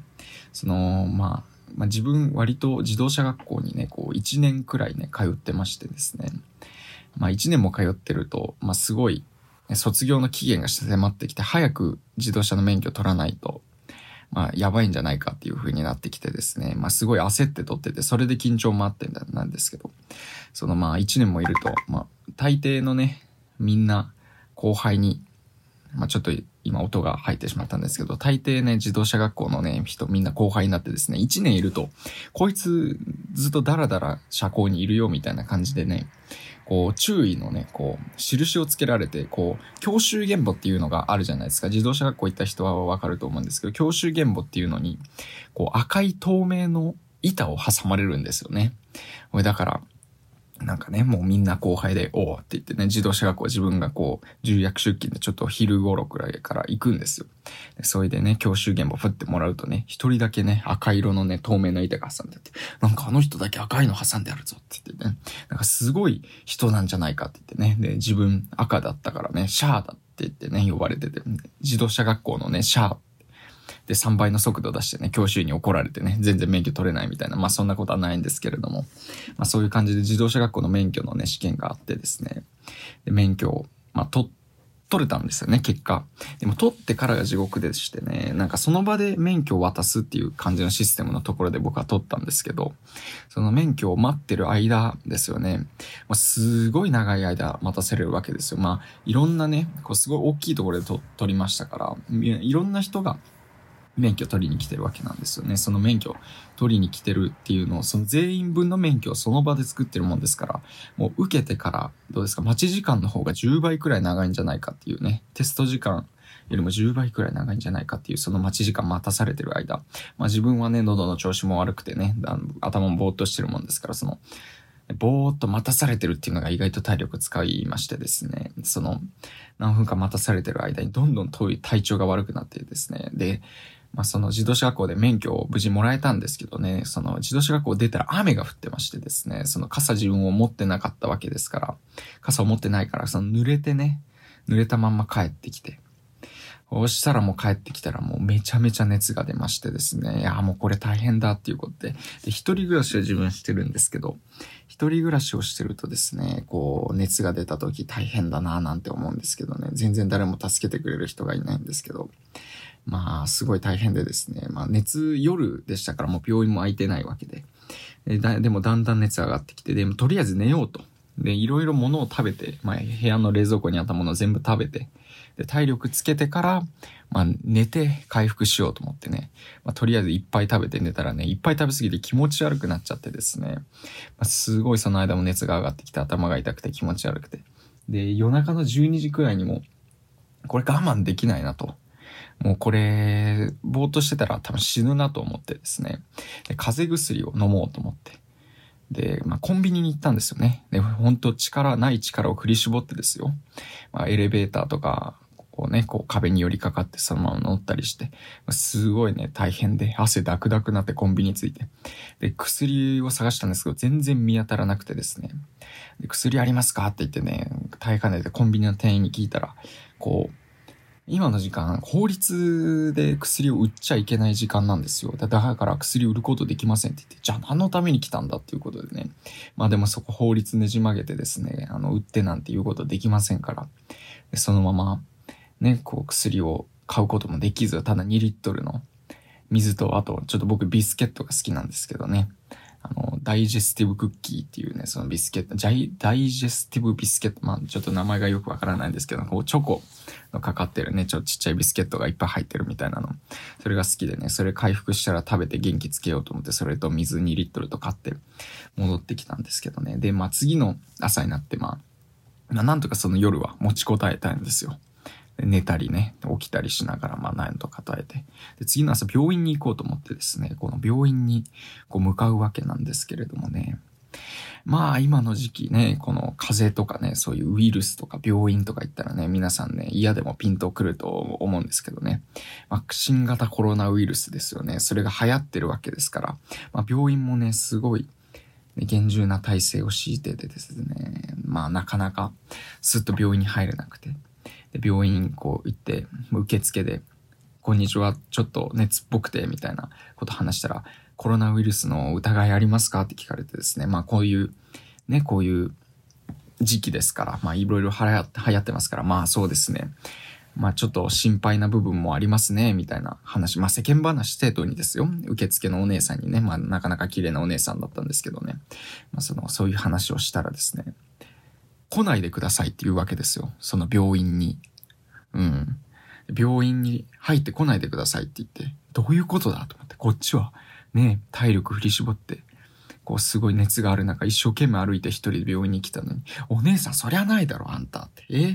自分割と自動車学校にね、こう1年くらいね、通ってましてですね、1年も通ってると、すごい、卒業の期限が迫ってきて、早く自動車の免許取らないと、やばいんじゃないかっていう風になってきてですね、すごい焦って取ってて、それで緊張もあってなんですけど、1年もいると、大抵のね、みんな後輩に、ちょっと今音が入ってしまったんですけど、大抵ね、自動車学校のね、人みんな後輩になってですね、1年いると、こいつずっとダラダラ車高にいるよみたいな感じでね、こう、注意のね、こう、印をつけられて、こう、教習原簿っていうのがあるじゃないですか。自動車学校行った人はわかると思うんですけど、教習原簿っていうのに、こう、赤い透明の板を挟まれるんですよね。これだから、なんかね、もうみんな後輩で、おーって言ってね、自動車学校自分がこう、重役出勤でちょっと昼頃くらいから行くんですよ。でそれでね、教習現場ふってもらうとね、一人だけね、赤色のね、透明な板が挟んであって、なんかあの人だけ赤いの挟んであるぞって言ってね、なんかすごい人なんじゃないかって言ってね、で、自分赤だったからね、シャーだって言ってね、呼ばれてて、自動車学校のね、シャーで3倍の速度出してね、教習に怒られてね、全然免許取れないみたいな、そんなことはないんですけれども、そういう感じで自動車学校の免許のね、試験があってですね、で免許を、取れたんですよね、結果。でも取ってからが地獄でしてね、なんかその場で免許を渡すっていう感じのシステムのところで僕は取ったんですけど、その免許を待ってる間ですよね、すごい長い間待たせれるわけですよ。いろんなね、こうすごい大きいところで取りましたから、いろんな人が免許取りに来てるわけなんですよね。その免許取りに来てるっていうのを、その全員分の免許をその場で作ってるもんですから、もう受けてからどうですか、待ち時間の方が10倍くらい長いんじゃないかっていうね、テスト時間よりも10倍くらい長いんじゃないかっていう、その待ち時間待たされてる間、自分はね、喉の調子も悪くてね、頭もぼーっとしてるもんですから、ぼーっと待たされてるっていうのが意外と体力使いましてですね、何分か待たされてる間にどんどん体調が悪くなってですね、で、その自動車学校で免許を無事もらえたんですけどね、その自動車学校出たら雨が降ってましてですね、その傘自分を持ってなかったわけですから、傘を持ってないから、濡れたまんま帰ってきて、そうしたらもう帰ってきたらもうめちゃめちゃ熱が出ましてですね、いやもうこれ大変だっていうことで、一人暮らしを自分してるんですけど、一人暮らしをしてるとですね、こう熱が出た時大変だななんて思うんですけどね、全然誰も助けてくれる人がいないんですけど、すごい大変でですね、夜でしたからもう病院も空いてないわけで、でもだんだん熱上がってきて、でもとりあえず寝ようと。で、いろいろ物を食べて、部屋の冷蔵庫にあったものを全部食べて、で、体力つけてから、寝て回復しようと思ってね、とりあえずいっぱい食べて寝たらね、いっぱい食べ過ぎて気持ち悪くなっちゃってですね、すごいその間も熱が上がってきて頭が痛くて気持ち悪くて。で、夜中の12時くらいにも、これ我慢できないなと。もうこれ、ぼーっとしてたら多分死ぬなと思ってですね。で、風邪薬を飲もうと思って。で、コンビニに行ったんですよね。で、ほんとない力を振り絞ってですよ。エレベーターとか、こう壁に寄りかかってそのまま乗ったりして、すごいね、大変で、汗ダクダクなってコンビニ着いて。で、薬を探したんですけど、全然見当たらなくてですね。で、薬ありますかって言ってね、耐えかねてコンビニの店員に聞いたら、今の時間、法律で薬を売っちゃいけない時間なんですよ。だから薬売ることできませんって言って、じゃあ何のために来たんだっていうことでね。でもそこ法律ねじ曲げてですね、売ってなんていうことできませんから。でそのまま、ね、薬を買うこともできず、ただ2リットルの水と、あと、ちょっと僕ビスケットが好きなんですけどね。ダイジェスティブクッキーっていうね、そのビスケット、ダイジェスティブビスケット、ちょっと名前がよくわからないんですけど、チョコのかかってるね、ちっちゃいビスケットがいっぱい入ってるみたいなの。それが好きでね、それ回復したら食べて元気つけようと思って、それと水2リットルと買って戻ってきたんですけどね。で、次の朝になって、なんとかその夜は持ちこたえたんですよ。 寝たりね、起きたりしながら、まあ何とか耐えて。で、次の朝病院に行こうと思ってですね、この病院に向かうわけなんですけれどもね。まあ今の時期ね、この風邪とかね、そういうウイルスとか病院とか言ったらね、皆さんね、嫌でもピンとくると思うんですけどね。まあ新型コロナウイルスですよね。それが流行ってるわけですから。まあ病院もね、すごい、厳重な体制を敷いててですね、まあなかなかすっと病院に入れなくて。で、病院行って、受付で、こんにちは、ちょっと熱っぽくて、みたいなこと話したら、コロナウイルスの疑いありますかって聞かれてですね、まあこういう時期ですから、まあいろいろ流行ってますから、まあそうですね。まあちょっと心配な部分もありますね、みたいな話。まあ世間話程度にですよ。受付のお姉さんにね、まあなかなか綺麗なお姉さんだったんですけどね。まあそういう話をしたらですね、来ないでくださいって言うわけですよ。その病院に。病院に入ってこないでくださいって言って、どういうことだと思って、こっちはね、体力振り絞って、すごい熱がある中、一生懸命歩いて一人で病院に来たのに、お姉さんそりゃないだろ、あんたって。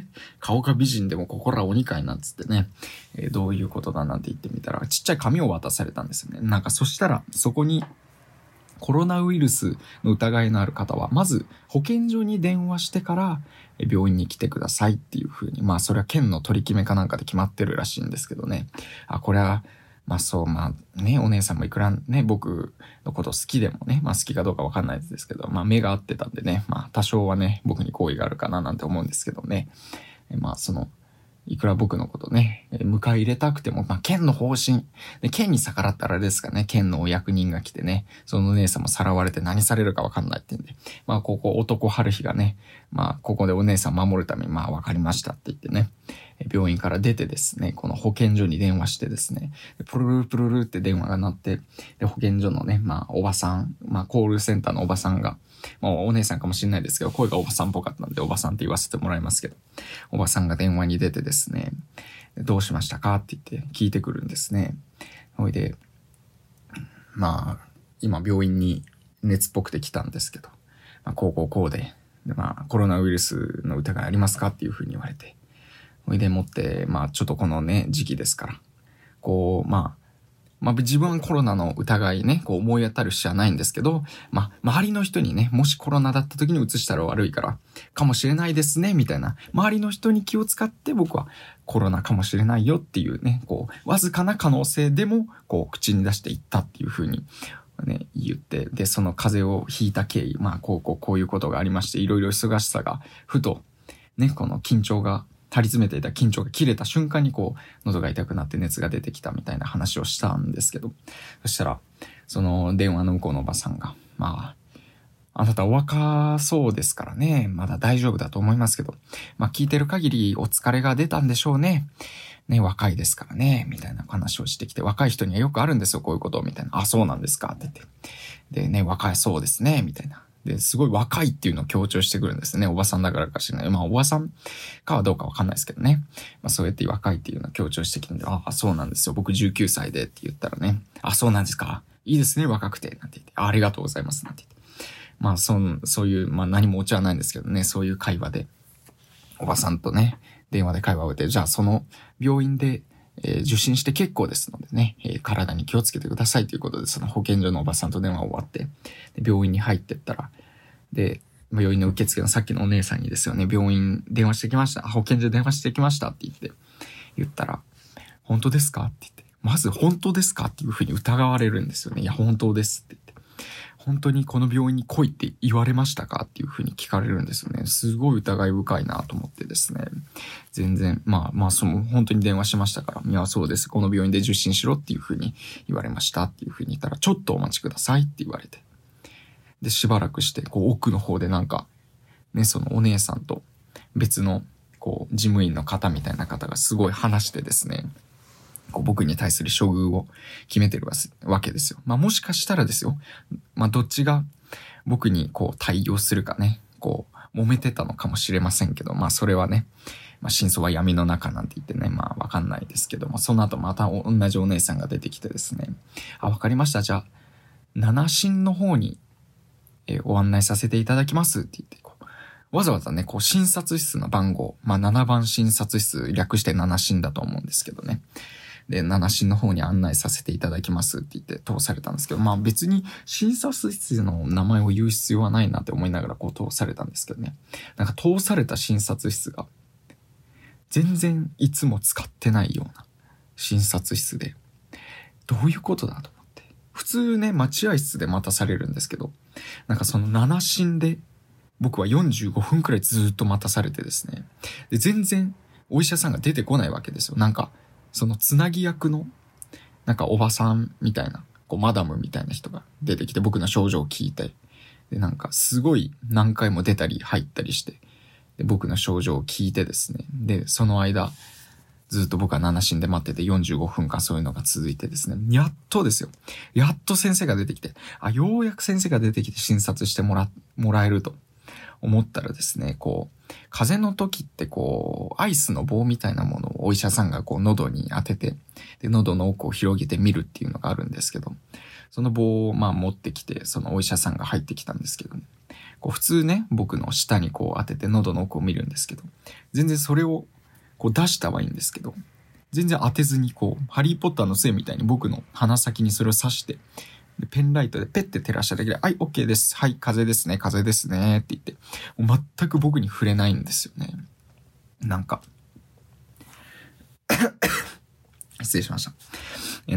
顔が美人でも心は鬼かいなんつってね、どういうことだなんて言ってみたら、ちっちゃい紙を渡されたんですよね。なんかそしたら、そこに、コロナウイルスの疑いのある方は、まず保健所に電話してから病院に来てくださいっていう風に、まあそれは県の取り決めかなんかで決まってるらしいんですけどね。これは、まあね、お姉さんもいくらね、僕のこと好きでもね、まあ好きかどうかわかんないですけど、まあ目が合ってたんでね、まあ多少はね、僕に好意があるかななんて思うんですけどね。まあいくら僕のことね、迎え入れたくても、まあ、県の方針。で、県に逆らったらあれですかね、県のお役人が来てね、その姉さんもさらわれて何されるかわかんないってんで、まあ、男春日がね、まあ、ここでお姉さん守るために、まあ、わかりましたって言ってね、病院から出てですね、この保健所に電話してですね、プルルプルルって電話が鳴って、で、保健所のね、まあ、おばさん、まあ、コールセンターのおばさんが、まあ、お姉さんかもしれないですけど、声がおばさんっぽかったんで、おばさんって言わせてもらいますけど、おばさんが電話に出てですね、どうしましたかって言って聞いてくるんですね。ほいで、まあ、今病院に熱っぽくて来たんですけど、まあ、こうで、まあ、コロナウイルスの疑いありますかっていうふうに言われて、ほいでもって、まあ、ちょっとこのね、時期ですから、まあ自分はコロナの疑いね、思い当たる節はないんですけど、まあ周りの人にね、もしコロナだった時に移したら悪いから、かもしれないですね、みたいな。周りの人に気を使って僕はコロナかもしれないよっていうね、わずかな可能性でも、口に出していったっていう風に、ね、言って、で、その風邪をひいた経緯、まあこういうことがありまして、いろいろ忙しさが、ふと、ね、この緊張が、張り詰めていた緊張が切れた瞬間に喉が痛くなって熱が出てきたみたいな話をしたんですけど、そしたら、その電話の向こうのおばさんが、まあ、あなたお若そうですからね、まだ大丈夫だと思いますけど、まあ聞いてる限りお疲れが出たんでしょうね。ね、若いですからね、みたいな話をしてきて、若い人にはよくあるんですよ、こういうことみたいな。あ、そうなんですかって言って。でね、若いそうですね、みたいな。で、すごい若いっていうのを強調してくるんですね。おばさんだからかしらない。まあ、おばさんかはどうかわかんないですけどね。まあ、そうやって若いっていうのを強調してきたんで、あ、そうなんですよ。僕19歳でって言ったらね、あ、そうなんですか。いいですね、若くて。なんて言って、ありがとうございます。なんて言って。まあ、そういう、まあ、何もオチはないんですけどね、そういう会話で、おばさんとね、電話で会話をして、じゃあその病院で、受診して結構ですのでね、体に気をつけてくださいということで、その保健所のおばさんと電話終わって、で病院に入ってったら、で、病院の受付のさっきのお姉さんにですよね、病院電話してきました。保健所電話してきましたって言ったら、本当ですかって言って、まず本当ですかっていうふうに疑われるんですよね。いや、本当ですって言って。本当にこの病院に来いって言われましたかっていうふうに聞かれるんですよね。すごい疑い深いなと思ってですね。全然、まあ、本当に電話しましたから、いや、そうです。この病院で受診しろっていうふうに言われましたっていうふうに言ったら、ちょっとお待ちくださいって言われて。で、しばらくして、奥の方でなんか、ね、そのお姉さんと別の、事務員の方みたいな方がすごい話してですね、僕に対する処遇を決めてるわけですよ。まあもしかしたらですよ。まあどっちが僕に対応するかね、揉めてたのかもしれませんけど、まあそれはね、まあ真相は闇の中なんて言ってね、まあわかんないですけども、その後また同じお姉さんが出てきてですね、あ、わかりました。じゃあ、七進の方に、お案内させていただきますって言って、 わざわざね、こう診察室の番号、7番診察室、略して7診だと思うんですけどね。で、7診の方に案内させていただきますって言って通されたんですけど、別に診察室の名前を言う必要はないなって思いながらこう通されたんですけどね。なんか通された診察室が全然いつも使ってないような診察室で、どういうことだと思って。普通ね、待合室で待たされるんですけど、なんかその7診で僕は45分くらいずっと待たされてですね。で、全然お医者さんが出てこないわけですよ。なんか、そのつなぎ役の、なんかおばさんみたいな、こうマダムみたいな人が出てきて僕の症状を聞いて、で、なんかすごい何回も出たり入ったりして、で、僕の症状を聞いてですね。で、その間、ずっと僕は7診で待ってて45分間そういうのが続いてですね。やっとですよ。やっと先生が出てきて、ようやく先生が出てきて診察してもらえると思ったらですね、こう、風邪の時ってこう、アイスの棒みたいなものをお医者さんがこう喉に当てて、で、喉の奥を広げてみるっていうのがあるんですけど、その棒を持ってきて、そのお医者さんが入ってきたんですけどね。こう普通ね、僕の舌にこう当てて喉の奥を見るんですけど、全然それをこう出したはいいんですけど、全然当てずにこう、ハリーポッターの杖みたいに僕の鼻先にそれを刺して、でペンライトでペッて照らしただけで、はい、OK です。はい、風邪ですね、風邪ですね、って言って、もう全く僕に触れないんですよね。なんか、失礼しました。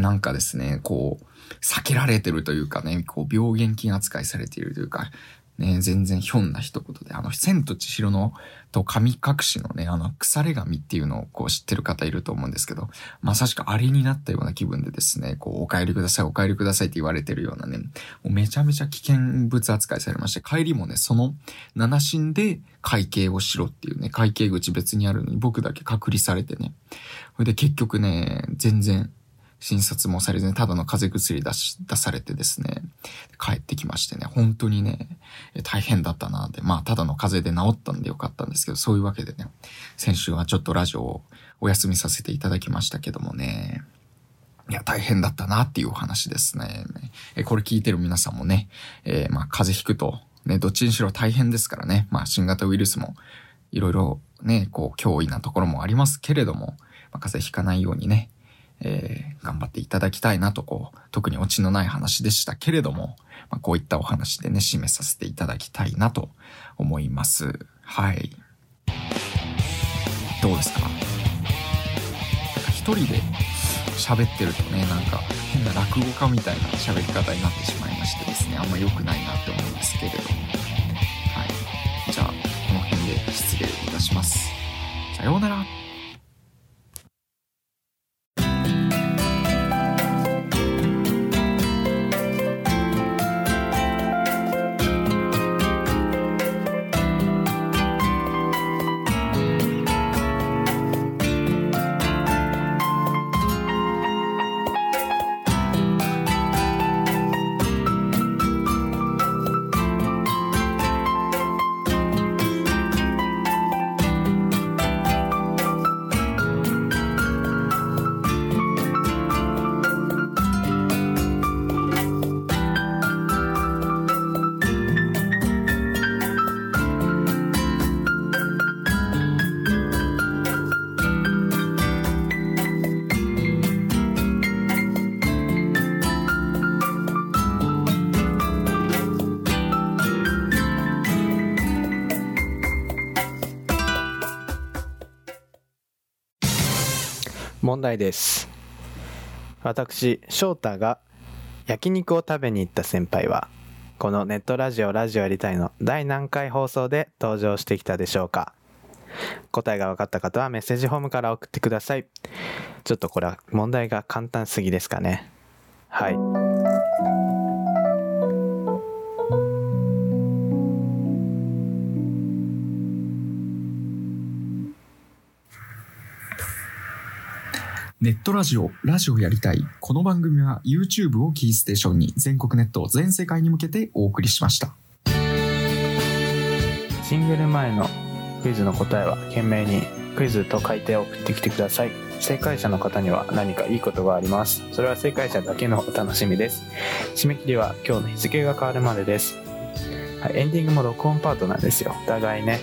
なんかですね、こう、避けられてるというかね、こう、病原菌扱いされているというか、ね、全然ひょんな一言で、千と千尋のと神隠しのね、腐れ神っていうのをこう知ってる方いると思うんですけど、まさしくあれになったような気分でですね、こう、お帰りください、お帰りくださいって言われてるようなね、もうめちゃめちゃ危険物扱いされまして、帰りもね、その7診で会計をしろっていうね、会計口別にあるのに僕だけ隔離されてね、それで結局ね、全然、診察もされずにただの風邪薬出されてですね、帰ってきましてね、本当にね、大変だったなって、ただの風邪で治ったんでよかったんですけど、そういうわけでね、先週はちょっとラジオをお休みさせていただきましたけどもね、いや、大変だったなっていうお話ですね。これ聞いてる皆さんもね、風邪ひくと、ね、どっちにしろ大変ですからね、新型ウイルスもいろいろね、こう、脅威なところもありますけれども、風邪ひかないようにね、頑張っていただきたいなと、こう、特にオチのない話でしたけれども、こういったお話でね、締めさせていただきたいなと思います。はい。どうですか？一人で喋ってるとね、なんか変な落語家みたいな喋り方になってしまいましてですね、あんま良くないなって思うんですけれども。はい。じゃあ、この辺で失礼いたします。さようなら。 問題です。私翔太が焼肉を食べに行った先輩はこのネットラジオやりたいの第何回放送で登場してきたでしょうか。答えが分かった方はメッセージフォームから送ってください。ちょっとこれは問題が簡単すぎですかね。はい。 ネットラジオやりたい。この番組は YouTube をキーステーションに全国ネット全世界に向けてお送りしました。 シングル前のクイズの答えは懸命にクイズと書いて送ってきてください。正解者の方には何かいいことがあります。それは正解者だけのお楽しみです。締め切りは今日の日付が変わるまでです。 はい、エンディングも録音パートなんですよ。お互いね、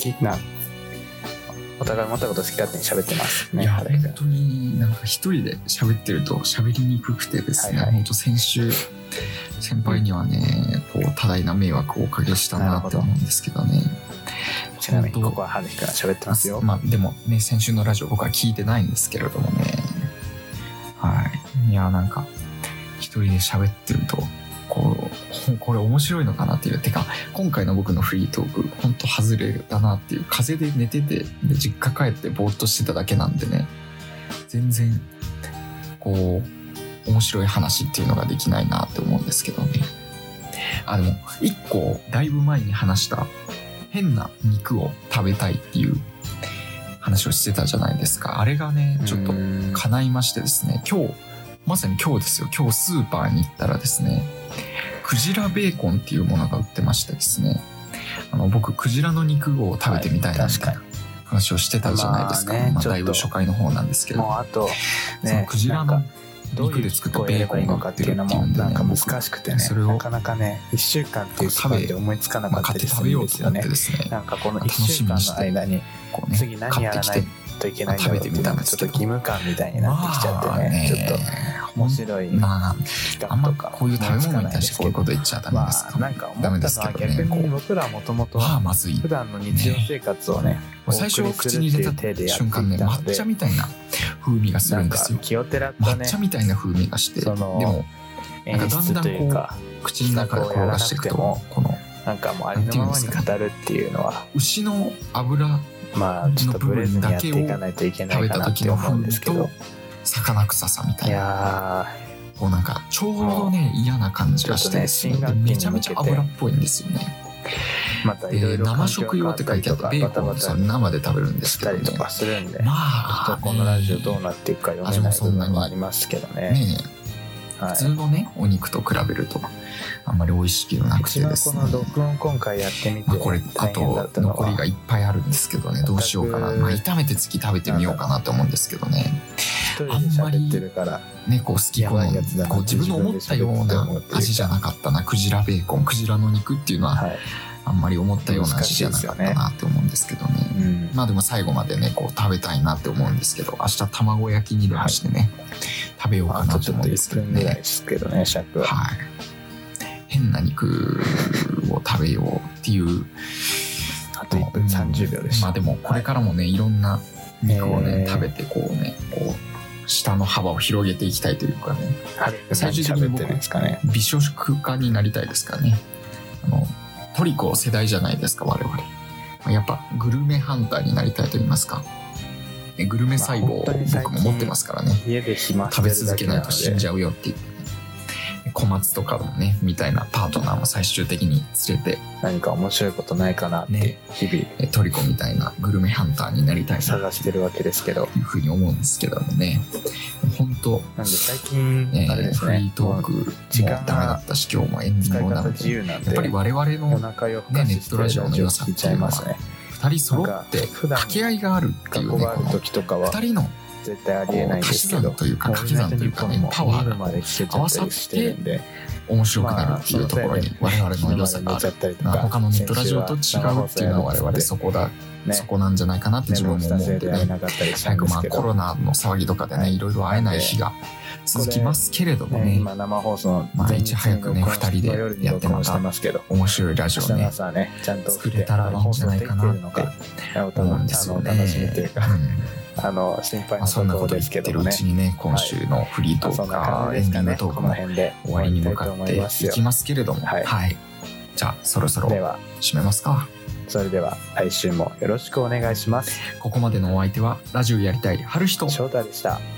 お互い思ったこと好き勝手に喋ってますね。 いや本当になんか一人で喋ってると喋りにくくてですね、本当先週先輩にはねこう多大な迷惑をおかけしたなって思うんですけどね。 ちなみにここは春日が喋ってますよ。 まあでもね先週のラジオ僕は聞いてないんですけれどもね、はい、いやなんか一人で喋ってるとこれ面白いのかなっていうてか今回の僕のフリートーク本当外れだなっていう、風邪で寝ててで実家帰ってぼーっとしてただけなんでね、全然こう面白い話っていうのができないなって思うんですけどね。でも一個だいぶ前に話した変な肉を食べたいっていう話をしてたじゃないですか。あれがねちょっと叶いましてですね、まさに今日ですよ。今日スーパーに行ったらですね、クジラベーコンっていうものが売ってましてですね、僕クジラの肉を食べてみたいなみたいな話をしてたじゃないですか。だいぶ初回の方なんですけど、 もうあと、ね、 そのクジラの肉で作ったベーコンが売ってるっていうんでね、 なんか難しくてね、なかなかね1週間っていうスパンで思いつかなかったりするんですよね。なんかこの1週間の間に次何やらないといけないんだろうっていうのがちょっと義務感みたいになってきちゃってね、ちょっと面白い企画とか、 あんまこういう食べ物に対してこういうこと言っちゃダメですか。 なんか思ったのは逆に僕らはもともと普段の日常生活をね最初口に入れた瞬間ね抹茶みたいな風味がするんですよ。抹茶みたいな風味がして、でもなんかだんだんこう口の中で転がしていくとこのなんかもうありのままに語るっていうのは牛の脂ちょっとブレずにやっていかないといけないかなって思うんですけど、 魚臭さみたいな、こうなんかちょうどね嫌な感じがしてですね、めちゃめちゃ油っぽいんですよね。 またいろいろ生食用って書いてあってベーコンを生で食べるんですけどね、 とかするんで、このラジオどうなっていくか読めない部分もありますけどね。 普通のねお肉と比べるとあんまり美味しくなくてですね、 この録音今回やってみてこれあと残りがいっぱいあるんですけどね、どうしようかな、炒めて次食べてみようかなと思うんですけどね、あんまりねこう好き好んでこう自分の思ったような味じゃなかったな、クジラベーコンクジラの肉っていうのはあんまり思ったような味じゃなかったなって思うんですけどね、まあでも最後までねこう食べたいなって思うんですけど、明日卵焼きにでもしてね、食べようかなと思うんですけどね。はい。変な肉を食べようっていう。 あと1分30秒でした。 まあでもこれからもねいろんな肉をね食べてこう舌の幅を広げていきたいというかね。最終的に僕美食家になりたいですからね。トリコ世代じゃないですか我々。やっぱグルメハンターになりたいと言いますか。グルメ細胞を僕も持ってますからね、食べ続けないと死んじゃうよって言って、ね、小松とかのねみたいなパートナーも最終的に連れて何か面白いことないかなって日々、 トリコみたいなグルメハンターになりたい探してるわけですけど、 いうふうに思うんですけどもね、本当なんで最近あれですね、 フリートークもダメだったし今日もエンディングもダメで、やっぱり我々の、ね、ネットラジオの良さっていうのは2人揃って掛け合いがあるっていうね、この2人の絶対ありえないんですけど、 というか掛け算というかねパワーが合わさって面白くなるっていうところに我々の良さがある。他のネットラジオと違うっていうのは我々そこなんじゃないかなって自分も思うんでね、早くコロナの騒ぎとかでねいろいろ会えない日が続きますけれどもね、 今生放送いち早くね2人でやってまた面白いラジオね作れたらいいんじゃないかなって思うんですよね。 楽しみというか心配なところですけどね。 そんなこと言ってるうちにね今週のフリートークかエンディングトークも終わりに向かっていきますけれども、はい、じゃあそろそろ締めますか。 それでは来週もよろしくお願いします。 ここまでのお相手はラジオやりたい春日と翔太でした。